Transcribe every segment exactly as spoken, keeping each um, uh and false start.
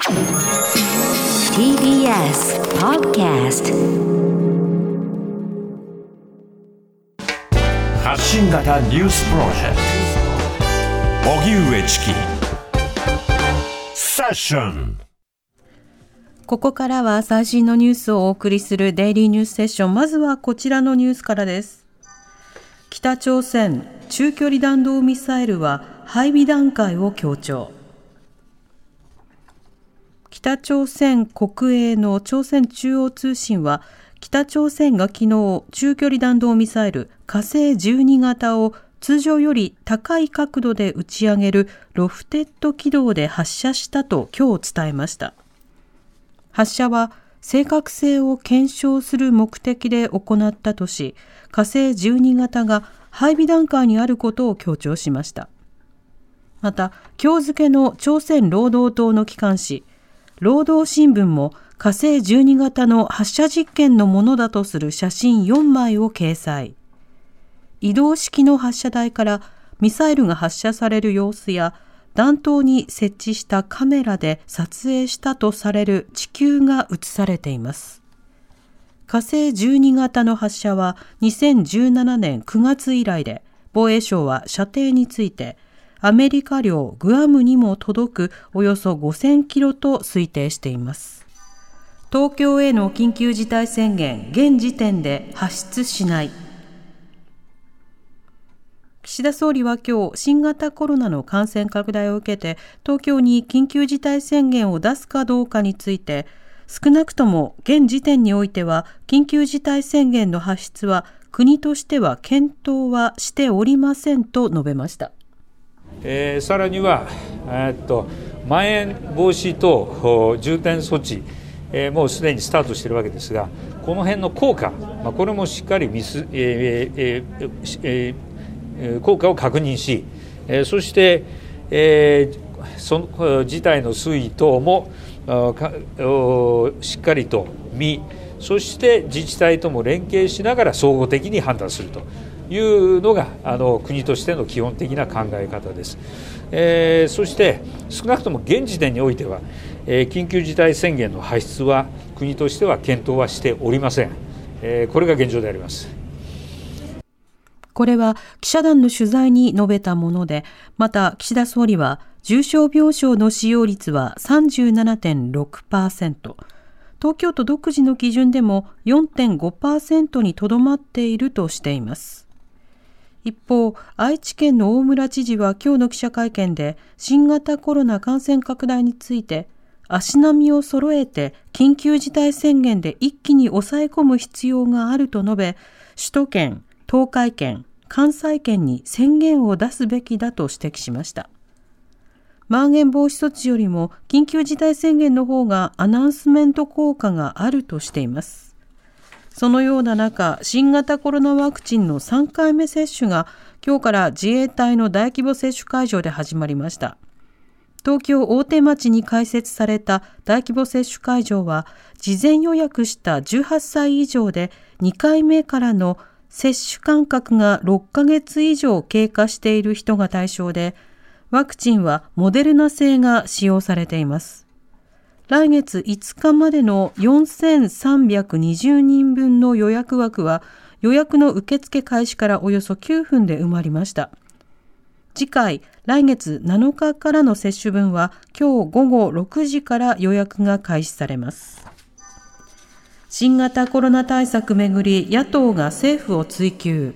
ティービーエス Podcast 発信型ニュースプロジェクト荻上チキセッション。 ここからは最新のニュースをお送りするデイリーニュースセッション。まずはこちらのニュースからです。北朝鮮中距離弾道ミサイルは配備段階を強調。北朝鮮国営の朝鮮中央通信は、北朝鮮が昨日中距離弾道ミサイル火星じゅうに型を通常より高い角度で打ち上げるロフテッド軌道で発射したと今日伝えました。発射は正確性を検証する目的で行ったとし、火星じゅうに型が配備段階にあることを強調しました。また、今日付の朝鮮労働党の機関紙、労働新聞も火星じゅうに型の発射実験のものだとする写真よんまいを掲載。移動式の発射台からミサイルが発射される様子や、弾頭に設置したカメラで撮影したとされる地球が映されています。火星じゅうに型の発射はにせんじゅうななねんくがつ以来で、防衛省は射程について、アメリカ領グアムにも届くおよそごせんキロと推定しています。東京への緊急事態宣言、現時点で発出しない。岸田総理は今日、新型コロナの感染拡大を受けて、東京に緊急事態宣言を出すかどうかについて、少なくとも現時点においては、緊急事態宣言の発出は国としては検討はしておりませんと述べました。 えー、さらには、えー、っとまん延防止等重点措置、えー、もうすでにスタートしているわけですが、この辺の効果、まあ、これもしっかり見す、えーえーえー、効果を確認し、えー、そして、えー、その事態の推移等もしっかりと見、そして自治体とも連携しながら総合的に判断するというのがあの国としての基本的な考え方です。えー、そして少なくとも現時点においては、えー、緊急事態宣言の発出は国としては検討はしておりません。えー、これが現状であります。 これは記者団の取材に述べたもので、また岸田総理は重症病床の使用率は さんじゅうななてんろくパーセント、東京都独自の基準でも よんてんごパーセント にとどまっているとしています。一方、愛知県の大村知事は今日の記者会見で、新型コロナ感染拡大について、足並みを揃えて緊急事態宣言で一気に抑え込む必要があると述べ、首都圏、東海圏、関西圏に宣言を出すべきだと指摘しました。まん延防止措置よりも緊急事態宣言の方がアナウンスメント効果があるとしています。そのような中、新型コロナワクチンのさんかいめ接種が今日から自衛隊の大規模接種会場で始まりました。東京大手町に開設された大規模接種会場は、事前予約したじゅうはっさい以上でにかいめからの接種間隔がろっかげつ以上経過している人が対象で、ワクチンはモデルナ製が使用されています。来月いつかまでのよんせんさんびゃくにじゅうにんぶんの予約枠は、予約の受付開始からおよそきゅうふんで埋まりました。次回、来月なのかからの接種分は、今日午後ろくじから予約が開始されます。新型コロナ対策めぐり、野党が政府を追及。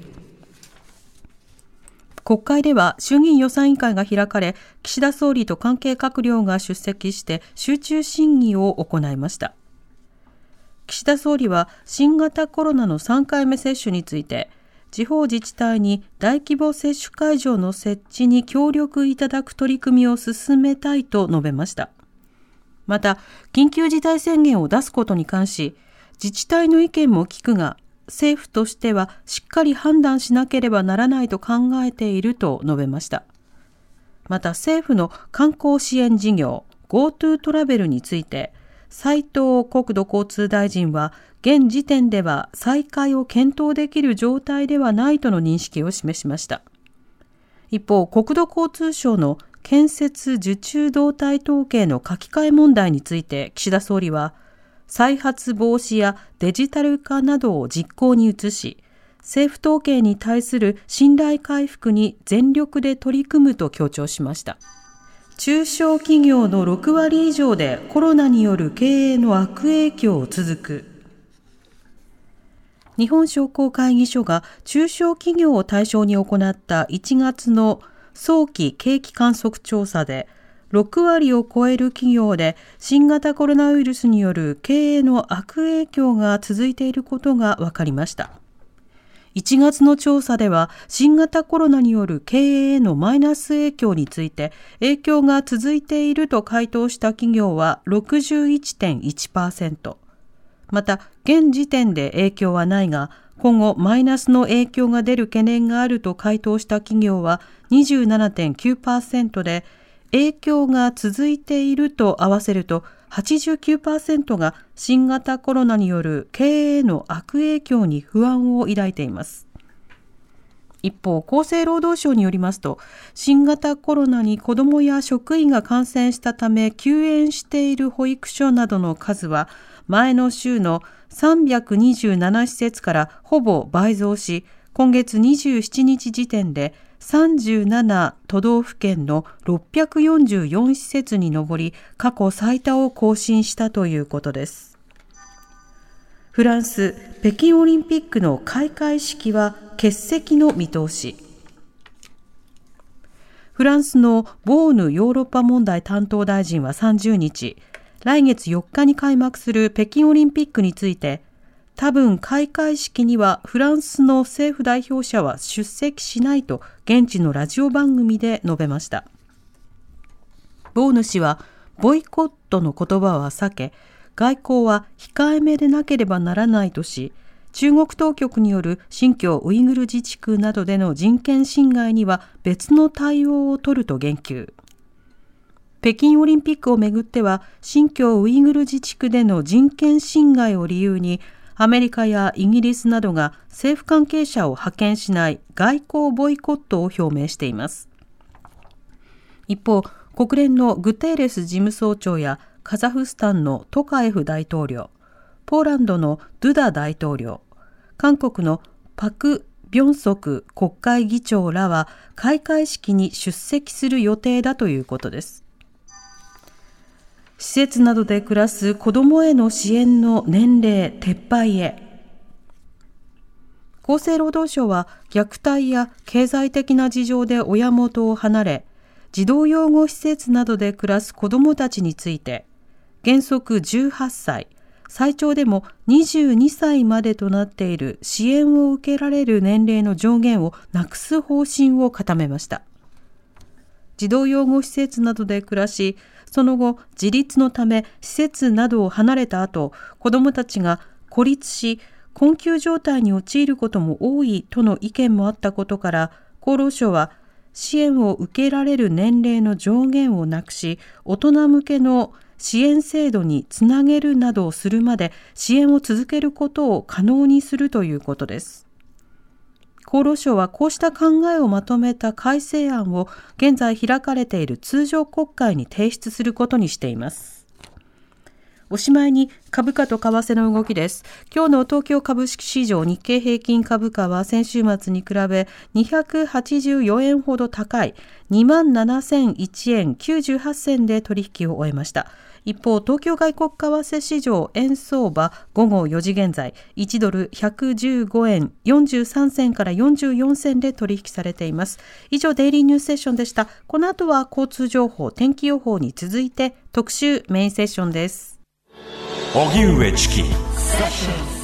国会では衆議院予算委員会が開かれ、岸田総理と関係閣僚が出席して集中審議を行いました。岸田総理は新型コロナのさんかいめ接種について、地方自治体に大規模接種会場の設置に協力いただく取り組みを進めたいと述べました。また、緊急事態宣言を出すことに関し、自治体の意見も聞くが、政府としてはしっかり判断しなければならないと考えていると述べました。また政府の観光支援事業 GoTo トラベルについて、斉藤国土交通大臣は現時点では再開を検討できる状態ではないとの認識を示しました。一方、国土交通省の建設受注動態統計の書き換え問題について岸田総理は、再発防止やデジタル化などを実行に移し、政府統計に対する信頼回復に全力で取り組むと強調しました。中小企業のろくわり以上でコロナによる経営の悪影響を続く。日本商工会議所が中小企業を対象に行ったいちがつの早期景気観測調査で、ろくわりを超える企業で新型コロナウイルスによる経営の悪影響が続いていることが分かりました。いちがつの調査では、新型コロナによる経営へのマイナス影響について、影響が続いていると回答した企業は ろくじゅういってんいちパーセント。また、現時点で影響はないが、今後マイナスの影響が出る懸念があると回答した企業は にじゅうななてんきゅうパーセント で、影響が続いていると合わせると はちじゅうきゅうパーセント が新型コロナによる経営への悪影響に不安を抱いています。一方、厚生労働省によりますと、新型コロナに子どもや職員が感染したため休園している保育所などの数は前の週のさんびゃくにじゅうなな施設からほぼ倍増し、今月にじゅうしちにち時点でさんじゅうなな都道府県のろっぴゃくよんじゅうよん施設に上り、過去最多を更新したということです。フランス、北京オリンピックの開会式は欠席の見通し。フランスのボーヌヨーロッパ問題担当大臣はさんじゅうにち、来月よっかに開幕する北京オリンピックについて、多分開会式にはフランスの政府代表者は出席しないと現地のラジオ番組で述べました。ボーヌ氏はボイコットの言葉は避け、外交は控えめでなければならないとし、中国当局による新疆ウイグル自治区などでの人権侵害には別の対応を取ると言及。北京オリンピックをめぐっては、新疆ウイグル自治区での人権侵害を理由に、アメリカやイギリスなどが政府関係者を派遣しない外交ボイコットを表明しています。一方、国連のグテーレス事務総長やカザフスタンのトカエフ大統領、ポーランドのドゥダ大統領、韓国のパク・ビョンソク国会議長らは開会式に出席する予定だということです。施設などで暮らす子どもへの支援の年齢撤廃へ。厚生労働省は虐待や経済的な事情で親元を離れ、児童養護施設などで暮らす子どもたちについて、原則じゅうはっさい、最長でもにじゅうにさいまでとなっている支援を受けられる年齢の上限をなくす方針を固めました。児童養護施設などで暮らし、その後自立のため施設などを離れた後、子どもたちが孤立し困窮状態に陥ることも多いとの意見もあったことから、厚労省は支援を受けられる年齢の上限をなくし、大人向けの支援制度につなげるなどをするまで支援を続けることを可能にするということです。厚労省はこうした考えをまとめた改正案を現在開かれている通常国会に提出することにしています。おしまいに株価と為替の動きです。今日の東京株式市場日経平均株価は先週末に比べにひゃくはちじゅうよえんほど高い にまんななせんいちえんきゅうじゅうはちせんで取引を終えました。一方、東京外国為替市場円相場午後よじ現在、いちドルひゃくじゅうごえんよんじゅうさんせんからよんじゅうよんせんで取引されています。以上、デイリーニュースセッションでした。この後は交通情報、天気予報に続いて特集メインセッションです。 荻上チキ